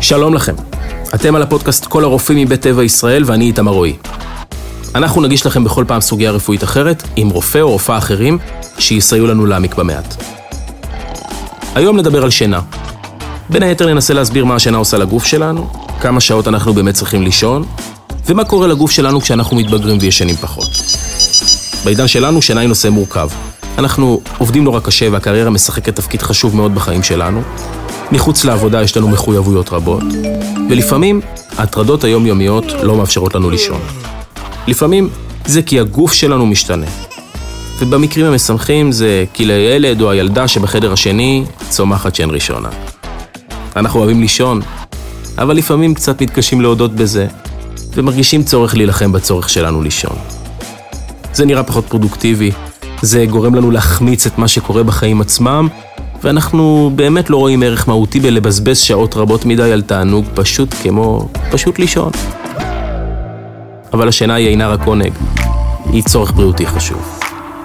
שלום לכם, אתם על הפודקאסט כל הרופאים מבית טבע ישראל ואני איתמר רועי. אנחנו נגיש לכם בכל פעם סוגיה רפואית אחרת עם רופא או רופאה אחרים שיסייעו לנו להעמיק במעט. היום נדבר על שינה. בין היתר ננסה להסביר מה השינה עושה לגוף שלנו, כמה שעות אנחנו באמת צריכים לישון, ומה קורה לגוף שלנו כשאנחנו מתבגרים וישנים פחות. בעידן שלנו שינה היא נושא מורכב. אנחנו עובדים נורא קשה והקריירה משחקת תפקיד חשוב מאוד בחיים שלנו. מחוץ לעבודה יש לנו מחויבויות רבות, ולפעמים ההטרדות היומיומיות לא מאפשרות לנו לישון. לפעמים זה כי הגוף שלנו משתנה, ובמקרים המשמחים זה כי לילד או הילדה שבחדר השני צומחת שן ראשונה. אנחנו אוהבים לישון, אבל לפעמים קצת מתקשים להודות בזה, ומרגישים צורך להילחם בצורך שלנו לישון. זה נראה פחות פרודוקטיבי, זה גורם לנו להחמיץ את מה שקורה בחיים עצמם, ואנחנו באמת לא רואים ערך מהותי בלבזבז שעות רבות מדי על תענוג פשוט לישון. אבל השינה היא אינה רק עונג, היא צורך בריאותי חשוב.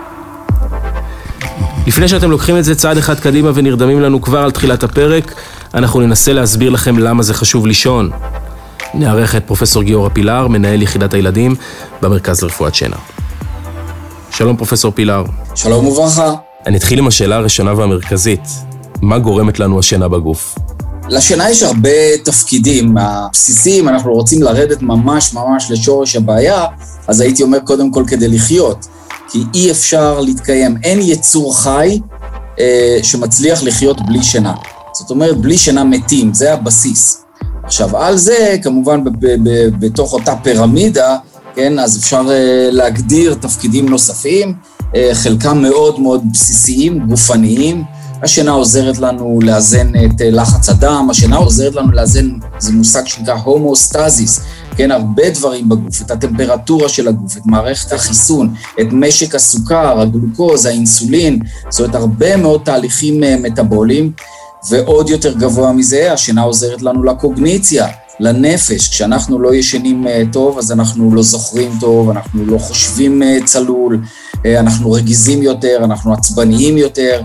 לפני שאתם לוקחים את זה צעד אחד קדימה ונרדמים לנו כבר על תחילת הפרק, אנחנו ננסה להסביר לכם למה זה חשוב לישון. נערך את פרופסור גיורא פילר, מנהל יחידת הילדים במרכז לרפואת שינה. שלום פרופסור פילר. שלום וברכה. אני אתחיל עם השאלה הראשונה והמרכזית. מה גורמת לנו השינה בגוף? לשינה יש הרבה תפקידים. הבסיסיים, אנחנו רוצים לרדת ממש לשורש הבעיה, אז הייתי אומר קודם כל כדי לחיות. כי אי אפשר להתקיים, אין יצור חי שמצליח לחיות בלי שינה. זאת אומרת, בלי שינה מתים, זה הבסיס. עכשיו, על זה, כמובן, בתוך אותה פירמידה, כן, אז אפשר להגדיר תפקידים נוספים, חלקם מאוד מאוד בסיסיים, גופניים. השינה עוזרת לנו לאזן את לחץ הדם, השינה עוזרת לנו לאזן, זה מושג שנקרא הומוסטזיס, כן, הרבה דברים בגוף, את הטמפרטורה של הגוף, את מערכת החיסון, את משק הסוכר, הגלוקוז, האינסולין, זאת אומרת, הרבה מאוד תהליכים מטאבוליים, ועוד יותר גבוה מזה, השינה עוזרת לנו לקוגניציה, לנפש. כשאנחנו לא ישנים טוב, אז אנחנו לא זוכרים טוב, אנחנו לא חושבים צלול, אנחנו רגיזים יותר, אנחנו עצבניים יותר,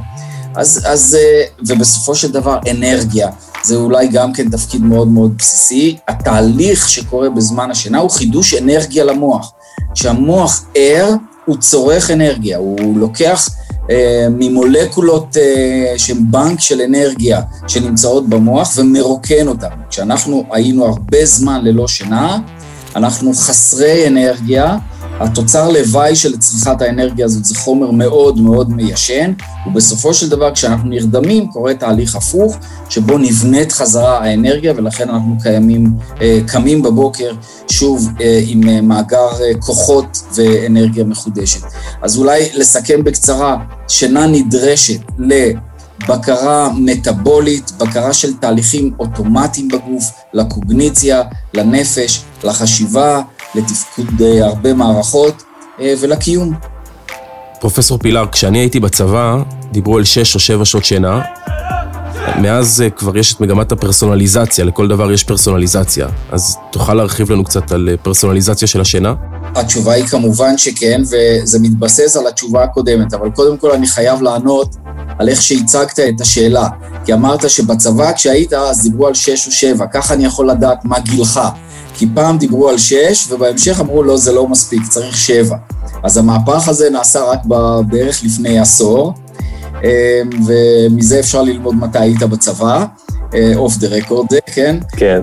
ובסופו של דבר אנרגיה, זה אולי גם כן תפקיד מאוד מאוד בסיסי. התהליך שקורה בזמן השינה הוא חידוש אנרגיה למוח. כשהמוח ער, הוא צורך אנרגיה, הוא לוקח ממולקולות שהן בנק של אנרגיה שנמצאות במוח ומרוקן אותם. כשאנחנו היינו הרבה זמן ללא שינה, אנחנו חסרי אנרגיה, התוצר לוואי של צריכת האנרגיה הזאת זה חומר מאוד מאוד מיישן, ובסופו של דבר כשאנחנו נרדמים קורה תהליך הפוך, שבו נבנית חזרה האנרגיה, ולכן אנחנו קמים בבוקר שוב עם מאגר כוחות ואנרגיה מחודשת. אז אולי לסכם בקצרה, שינה נדרשת לבקרה מטאבולית, בקרה של תהליכים אוטומטיים בגוף, לקוגניציה, לנפש, לחשיבה, לתפקוד הרבה מערכות ולקיום. פרופסור פילר, כשאני הייתי בצבא, דיברו על 6 או 7 שעות שינה. מאז כבר יש את מגמת הפרסונליזציה, לכל דבר יש פרסונליזציה. אז תוכל להרחיב לנו קצת על פרסונליזציה של השינה? התשובה היא כמובן שכן, וזה מתבסס על התשובה הקודמת, אבל קודם כל אני חייב לענות על איך שהצגת את השאלה. כי אמרת שבצבא כשהיית אז דיברו על 6 או 7, ככה אני יכול לדעת מה גילך. כי פעם דיברו על 6, ובהמשך אמרו, לא, זה לא מספיק, צריך 7. אז המהפך הזה נעשה רק בערך לפני עשור, ומזה אפשר ללמוד מתי היית בצבא, off the record זה, כן? כן.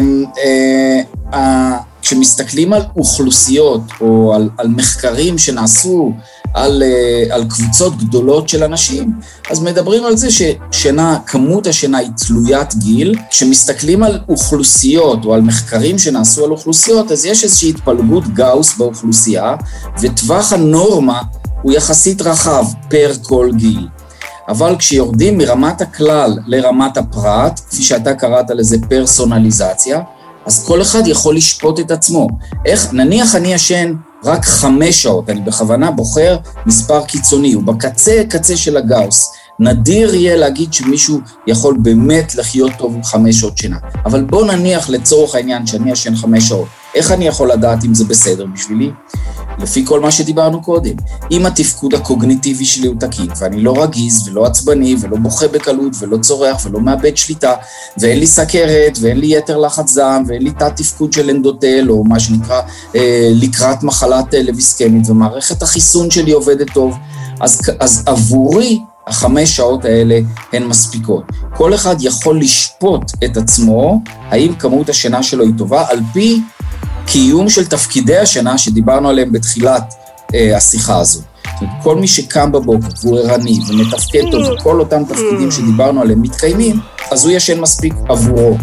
כשמסתכלים על אוכלוסיות, או על מחקרים שנעשו על קבוצות גדולות של אנשים, אז מדברים על זה ששינה, כמות השינה היא תלוית גיל. כשמסתכלים על אוכלוסיות או על מחקרים שנעשו על אוכלוסיות, אז יש איזושהי התפלגות גאוס באוכלוסייה, וטווח הנורמה הוא יחסית רחב פר כל גיל. אבל כשיורדים מרמת הכלל לרמת הפרט, כפי שאתה קראת לזה פרסונליזציה, אז כל אחד יכול לשפוט את עצמו. נניח אני ישן רק 5 שעות, אני בכוונה בוחר מספר קיצוני, הוא קצה של הגאוס. נדיר יהיה להגיד שמישהו יכול באמת לחיות טוב עם 5 שעות שינה. אבל בוא נניח לצורך העניין שאני ישן 5 שעות. איך אני יכול לדעת אם זה בסדר בשבילי? לפי כל מה שדיברנו קודם, אם התפקוד הקוגניטיבי שלי הוא תקין, ואני לא רגיז ולא עצבני ולא בוכה בקלות ולא צורח ולא מאבד שליטה, ואין לי סכרת ואין לי יתר לחץ דם ואין לי תת תפקוד של אנדוטל או מה שנקרא לקראת מחלת לב איסקמית, ומערכת החיסון שלי עובדת טוב, אז עבורי 5 שעות האלה הן מספיקות. כל אחד יכול לשפוט את עצמו, האם כמות השינה שלו היא טובה, על פי קיום של תפקידי השינה שדיברנו עליהם בתחילת השיחה הזו. זאת אומרת, כל מי שקם בבוקר והוא ערני ומתפקד טוב, וכל אותם תפקידים שדיברנו עליהם מתקיימים, אז הוא ישן מספיק עבורו.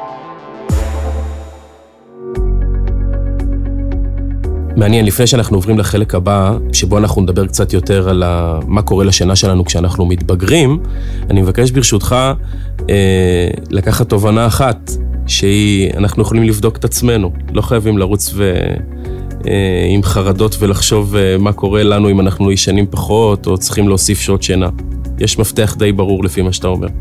מעניין, לפני שאנחנו עוברים לחלק הבא, שבו אנחנו נדבר קצת יותר על מה קורה לשינה שלנו כשאנחנו מתבגרים, אני מבקש ברשותך לקחת תובנה אחת, שהיא, אנחנו יכולים לבדוק את עצמנו, לא חייבים לרוץ עם חרדות ולחשוב מה קורה לנו אם אנחנו ישנים פחות, או צריכים להוסיף שעות שינה. יש מפתח די ברור לפי מה שאתה אומר.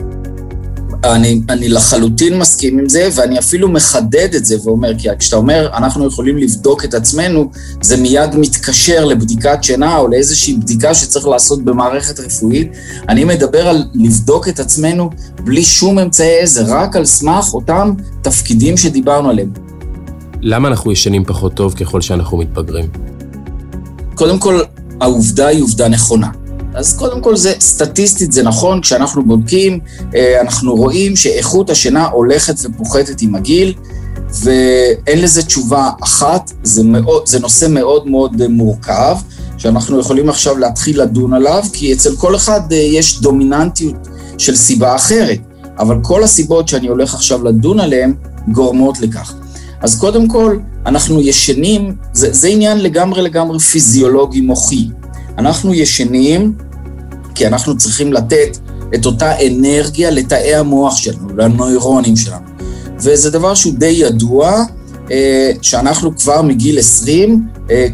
אני לחלוטין מסכים עם זה, ואני אפילו מחדד את זה ואומר, כי כשאתה אומר, אנחנו יכולים לבדוק את עצמנו, זה מיד מתקשר לבדיקת שינה, או לאיזושהי בדיקה שצריך לעשות במערכת רפואית. אני מדבר על לבדוק את עצמנו בלי שום אמצעי עזר, רק על סמך אותם תפקידים שדיברנו עליהם. למה אנחנו ישנים פחות טוב ככל שאנחנו מתבגרים? קודם כל, העובדה היא עובדה נכונה. אז קודם כל זה סטטיסטית, זה נכון, כשאנחנו בודקים, אנחנו רואים שאיכות השינה הולכת ופוחתת עם הגיל, ואין לזה תשובה אחת, זה נושא מאוד מאוד מורכב, שאנחנו יכולים עכשיו להתחיל לדון עליו, כי אצל כל אחד יש דומיננטיות של סיבה אחרת, אבל כל הסיבות שאני הולך עכשיו לדון עליהן גורמות לכך. אז קודם כל, אנחנו ישנים, זה עניין לגמרי פיזיולוגי מוחי. אנחנו ישנים כי אנחנו צריכים לתת את אותה אנרגיה לתאי המוח שלנו, לנוירונים שלנו. וזה דבר שהוא די ידוע, שאנחנו כבר מגיל 20,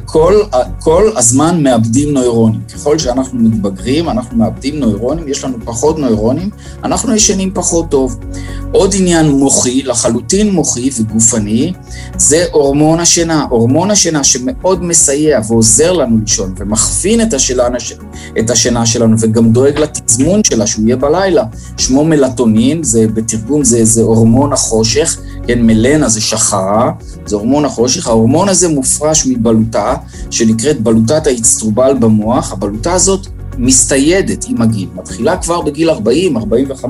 כל הזמן מאבדים נוירונים. ככל שאנחנו מתבגרים, אנחנו מאבדים נוירונים, יש לנו פחות נוירונים, אנחנו ישנים פחות טוב. עוד עניין מוחי, לחלוטין מוחי וגופני, זה הורמון השינה. הורמון השינה שמאוד מסייע ועוזר לנו לישון, ומכווין את השינה שלנו, וגם דואג לתזמון שלה, שהוא יהיה בלילה. שמו מלטונין, זה בתרגום זה הורמון החושך, כן, מלנה זה שחרה, זה הורמון החושך. ההורמון הזה מופרש מבלוטה, שנקראת בלוטת האצטרובל במוח. הבלוטה הזאת מסתיידת עם הגיל, מתחילה כבר בגיל 40-45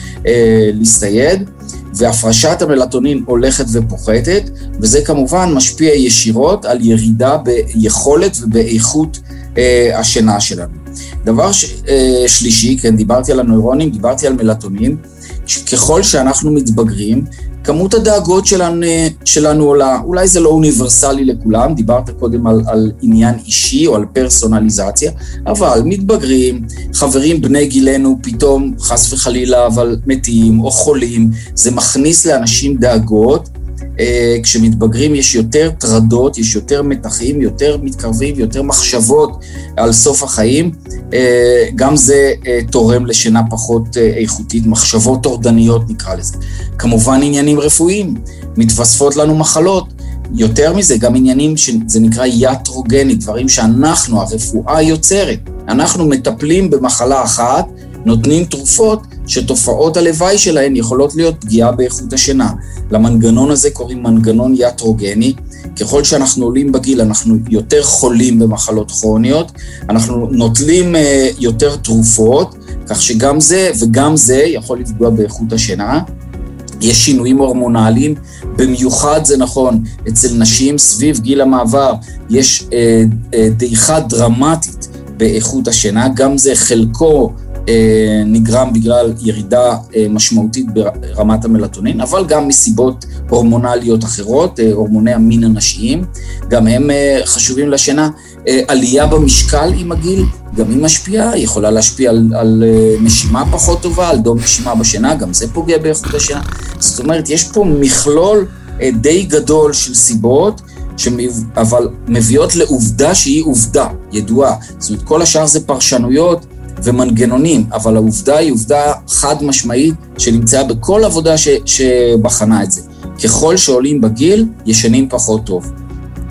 להסתייד, והפרשת המלטונין הולכת ופוחתת, וזה כמובן משפיע ישירות על ירידה ביכולת ובאיכות השינה שלנו. דבר שלישי, כן, דיברתי על הנוירונים, דיברתי על מלטונין, ככל שאנחנו מתבגרים, כמות הדאגות שלנו עולה, אולי זה לא אוניברסלי לכולם, דיברת קודם על עניין אישי או על פרסונליזציה, אבל מתבגרים, חברים בני גילנו פתאום חס וחלילה אבל מתים או חולים, זה מכניס לאנשים דאגות, כשמתבגרים יש יותר טרדות, יש יותר מתחים, יותר מתקרבים, יותר מחשבות על סוף החיים, גם זה תורם לשינה פחות איכותית, מחשבות טורדניות נקרא לזה. כמובן עניינים רפואיים, מתווספות לנו מחלות, יותר מזה גם עניינים שזה נקרא יאטרוגני, דברים שאנחנו, הרפואה יוצרת, אנחנו מטפלים במחלה אחת, נותנים תרופות שתופעות הלוואי שלהן יכולות להיות פגיעה באיכות השינה. למנגנון הזה קוראים מנגנון יאטרוגני. ככל שאנחנו עולים בגיל, אנחנו יותר חולים במחלות כרוניות, אנחנו נוטלים יותר תרופות, כך שגם זה וגם זה יכול לפגוע באיכות השינה. יש שינויים הורמונליים, במיוחד זה נכון אצל נשים סביב גיל המעבר, יש דעיכה דרמטית באיכות השינה, גם זה חלקו נגרם בגלל ירידה משמעותית ברמת המלטונין, אבל גם מסיבות הורמונליות אחרות, הורמוני המין הנשיים, גם הם חשובים לשינה. עלייה במשקל עם הגיל, גם היא משפיעה, יכולה להשפיע על נשימה פחות טובה, על דום נשימה בשינה, גם זה פוגע באיכות השינה. זאת אומרת, יש פה מכלול די גדול של סיבות, אבל מביאות לעובדה שהיא עובדה, ידועה. זאת אומרת, כל השאר זה פרשנויות, ומנגנונים, אבל העובדה היא עובדה חד משמעית שנמצאה בכל עבודה שבחנה את זה. ככל שעולים בגיל, ישנים פחות טוב.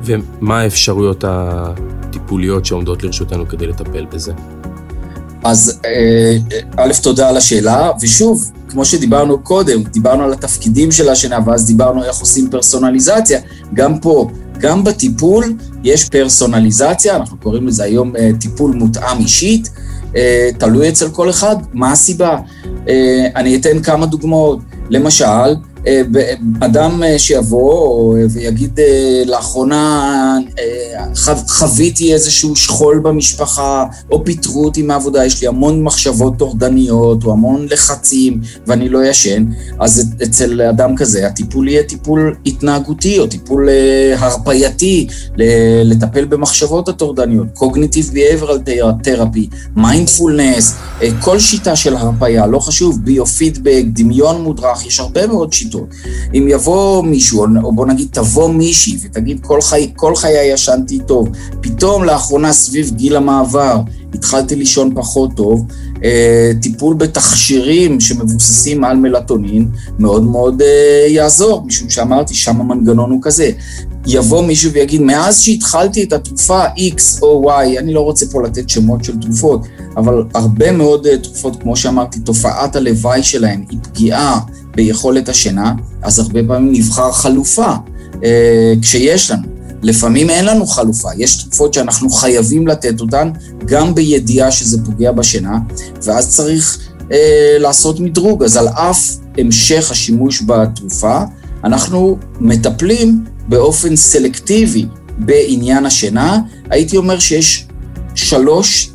ומה האפשרויות הטיפוליות שעומדות לרשותנו כדי לטפל בזה? אז א', תודה על השאלה, ושוב, כמו שדיברנו קודם, דיברנו על התפקידים של השינה, ואז דיברנו איך עושים פרסונליזציה, גם פה, גם בטיפול יש פרסונליזציה, אנחנו קוראים לזה היום טיפול מותאם אישית, תלוי אצל כל אחד, מה הסיבה? אני אתן כמה דוגמאות, למשל, אדם שיבוא ויגיד לאחרונה חוויתי איזשהו שכול במשפחה או פיטרו אותי מהעבודה, יש לי המון מחשבות טורדניות או המון לחצים ואני לא ישן, אז אצל אדם כזה הטיפול יהיה טיפול התנהגותי או טיפול הרפייתי, לטפל במחשבות הטורדניות, Cognitive Behavioral Therapy, Mindfulness, כל שיטה של הרפיה, לא חשוב, ביו-פידבק, דמיון מודרך, יש הרבה מאוד שיטות. אם יבוא מישהו, או בוא נגיד תבוא מישהי ותגיד כל חיי ישנתי טוב, פתאום לאחרונה סביב גיל המעבר התחלתי לישון פחות טוב, טיפול בתכשירים שמבוססים על מלטונין מאוד מאוד יעזור, משום שאמרתי שם המנגנון הוא כזה. יבוא מישהו ויגיד, מאז שהתחלתי את התרופה X או Y, אני לא רוצה פה לתת שמות של תרופות, אבל הרבה מאוד תרופות, כמו שאמרתי, תופעת הלוואי שלהן היא פגיעה ביכולת השינה, אז הרבה פעמים נבחר חלופה כשיש לנו. לפעמים אין לנו חלופה, יש תרופות שאנחנו חייבים לתת אותן, גם בידיעה שזה פוגע בשינה, ואז צריך לעשות מדרוג. אז על אף המשך השימוש בתרופה, אנחנו מטפלים באופן סלקטיבי בעניין השינה. הייתי אומר שיש 3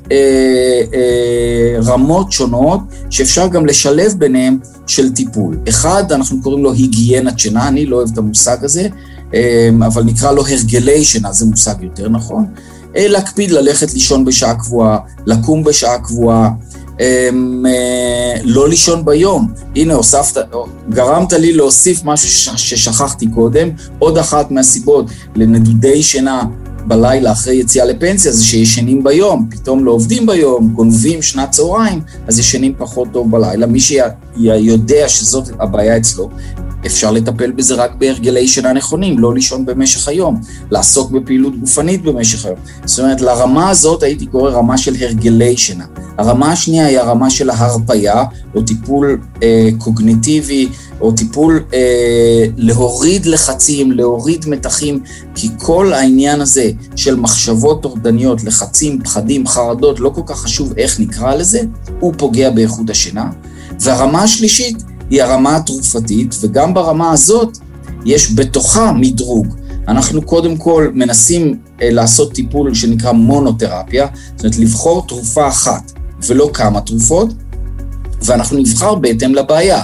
רמות שונות שאפשר גם לשלב ביניהם של טיפול. אחד, אנחנו קוראים לו היגיינת שינה, אני לא אוהב את המושג הזה, אבל נקרא לו הרגלי שינה, זה מושג יותר נכון. להקפיד ללכת לישון בשעה קבועה, לקום בשעה קבועה, לא לישון ביום. הנה, גרמת לי להוסיף משהו ששכחתי קודם, עוד אחת מהסיבות לנדודי שינה בלילה אחרי יציאה לפנסיה, זה שישנים ביום, פתאום לא עובדים ביום, גונבים שנת צהריים, אז ישנים פחות טוב בלילה. מי שיודע שזאת הבעיה אצלו, אפשר לטפל בזה רק בהרגלי שינה נכונים, לא לישון במשך היום, לעסוק בפעילות גופנית במשך היום. זאת אומרת, לרמה הזאת הייתי קורא רמה של הרגלי שינה. הרמה השנייה היא הרמה של ההרפיה, או טיפול קוגניטיבי, או טיפול להוריד לחצים, להוריד מתחים, כי כל העניין הזה של מחשבות טורדניות, לחצים, פחדים, חרדות, לא כל כך חשוב איך נקרא לזה, הוא פוגע באיכות השינה. והרמה השלישית היא הרמה התרופתית, וגם ברמה הזאת יש בתוכה מדרוג. אנחנו קודם כל מנסים לעשות טיפול שנקרא מונותרפיה, זאת אומרת לבחור תרופה אחת ולא כמה תרופות, ואנחנו נבחר בהתאם לבעיה.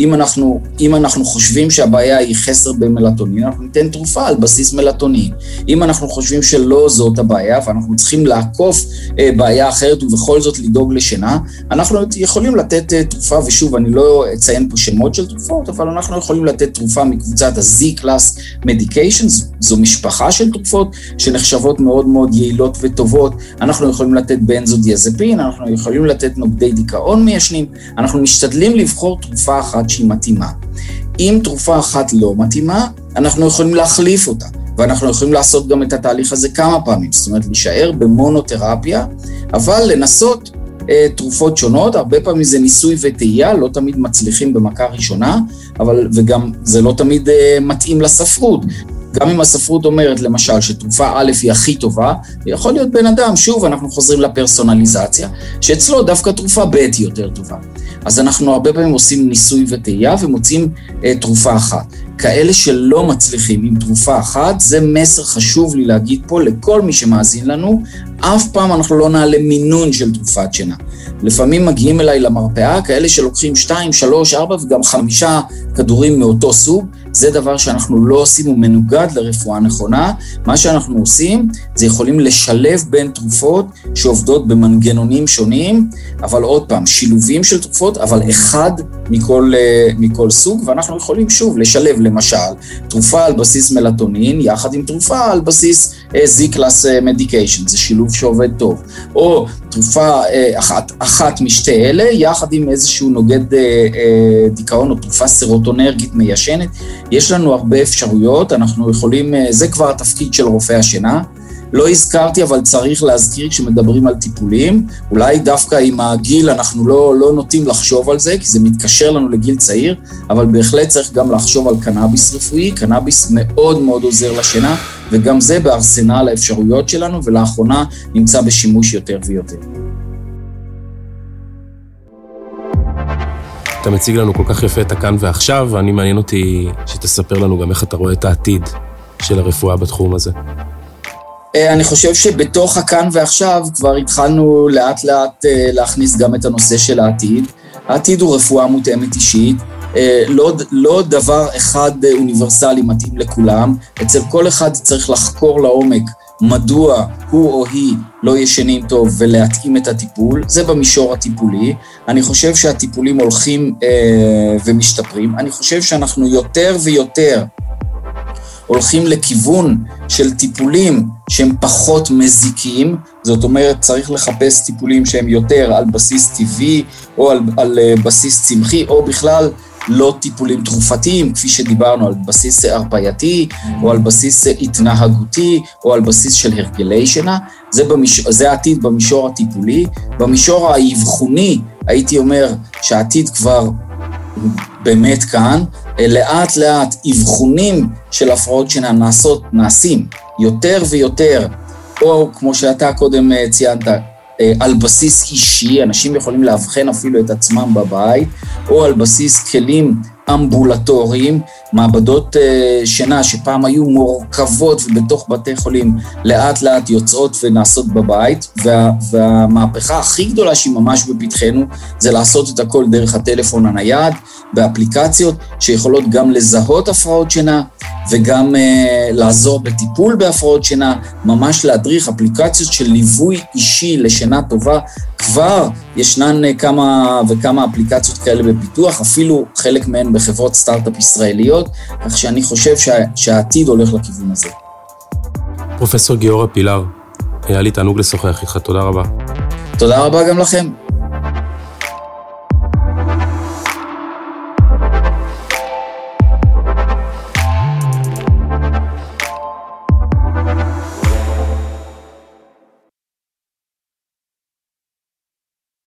אם אנחנו חושבים שהבעיה היא חסר במלטונין, אנחנו ניתן תרופה על בסיס מלטונין. אם אנחנו חושבים שלא זאת הבעיה, ואנחנו צריכים לעקוף בעיה אחרת ובכל זאת לדאוג לשינה, אנחנו יכולים לתת תרופה, ושוב, אני לא אציין פה שמות של תרופות, אבל אנחנו יכולים לתת תרופה מקבוצת ה-Z-Class Medications, זו משפחה של תרופות שנחשבות מאוד מאוד יעילות וטובות. אנחנו יכולים לתת בנזודיאזפין, אנחנו יכולים לתת נוגדי דיכאון מיישנים, אנחנו משתדלים לבחור תרופה אחת שהיא מתאימה. אם תרופה אחת לא מתאימה, אנחנו יכולים להחליף אותה, ואנחנו יכולים לעשות גם את התהליך הזה כמה פעמים, זאת אומרת, להישאר במונותרפיה, אבל לנסות תרופות שונות, הרבה פעמים זה ניסוי וטעייה, לא תמיד מצליחים במכה ראשונה, וגם זה לא תמיד מתאים לספרות. גם אם הספרות אומרת, למשל, שתרופה א' היא הכי טובה, יכול להיות בן אדם, שוב, אנחנו חוזרים לפרסונליזציה, שאצלו דווקא תרופה ב' היא יותר טובה. אז אנחנו הרבה פעמים עושים ניסוי וטעייה, ומוצאים תרופה אחת. כאלה שלא מצליחים עם תרופה אחת, זה מסר חשוב לי להגיד פה לכל מי שמאזין לנו, אף פעם אנחנו לא נעלה מינון של תרופת שינה. לפעמים מגיעים אליי למרפאה, כאלה שלוקחים 2, 3, 4 וגם 5 כדורים מאותו סוג, זה דבר שאנחנו לא עושים, הוא מנוגד לרפואה נכונה. מה שאנחנו עושים, זה יכולים לשלב בין תרופות שעובדות במנגנונים שונים, אבל עוד פעם, שילובים של תרופות, אבל אחד מכל סוג, ואנחנו יכולים שוב לשלב, למשל, תרופה על בסיס מלטונין, יחד עם תרופה על בסיס Z-Class Medication, זה שילוב שעובד טוב. או תרופה אחת משתי אלה, יחד עם איזשהו נוגד דיכאון או תרופה סרוטונרגית מיישנת. יש לנו הרבה אפשרויות, אנחנו יכולים, זה כבר התפקיד של רופא השינה. לא הזכרתי, אבל צריך להזכיר כשמדברים על טיפולים, אולי דווקא עם הגיל אנחנו לא נוטים לחשוב על זה, כי זה מתקשר לנו לגיל צעיר, אבל בהחלט צריך גם לחשוב על קנאביס רפואי, קנאביס מאוד מאוד עוזר לשינה, וגם זה בארסנל האפשרויות שלנו, ולאחרונה נמצא בשימוש יותר ויותר. אתה מציג לנו כל כך יפה את הכאן ועכשיו, ואני מעניין אותי שתספר לנו גם איך אתה רואה את העתיד של הרפואה בתחום הזה. אני חושב שבתוך הכאן ועכשיו כבר התחלנו לאט לאט להכניס גם את הנושא של העתיד. העתיד הוא רפואה מותאמת אישית, לא דבר אחד אוניברסלי מתאים לכולם, אצל כל אחד צריך לחקור לעומק מדוע הוא או היא לא ישנים טוב ולהתאים את הטיפול, זה במישור הטיפולי. אני חושב שהטיפולים הולכים ומשתפרים, אני חושב שאנחנו יותר ויותר הולכים לכיוון של טיפולים שהם פחות מזיקים, זאת אומרת צריך לחפש טיפולים שהם יותר על בסיס טבעי או על בסיס צמחי, או בכלל לא טיפולים תרופתיים, כפי שדיברנו, על בסיס הרפייתי או על בסיס התנהגותי או על בסיס של הרגלי שינה. זה העתיד במישור הטיפולי. במישור האבחוני הייתי אומר שהעתיד כבר באמת כאן, לאט לאט אבחונים של הפרעות שינה נעשים יותר ויותר, או כמו שאתה קודם ציינת, על בסיס אישי, אנשים יכולים להבחן אפילו את עצמם בבית, או על בסיס כלים אמבולטוריים, מעבדות שינה שפעם היו מורכבות ובתוך בתי חולים לאט לאט יוצאות ונעשות בבית, והמהפכה הכי גדולה שהיא ממש בפתחנו, זה לעשות את הכל דרך הטלפון הנייד, באפליקציות שיכולות גם לזהות הפרעות שינה, וגם לעזור בטיפול בהפרעות שינה, ממש להדריך אפליקציות של ליווי אישי לשינה טובה. כבר ישנן כמה וכמה אפליקציות כאלה בפיתוח, אפילו חלק מהן בחברות סטארט-אפ ישראליות, כך שאני חושב שהעתיד הולך לכיוון הזה. פרופסור גיורא פילר, היה לי תענוג לשוחח איתך, תודה רבה. תודה רבה גם לכם.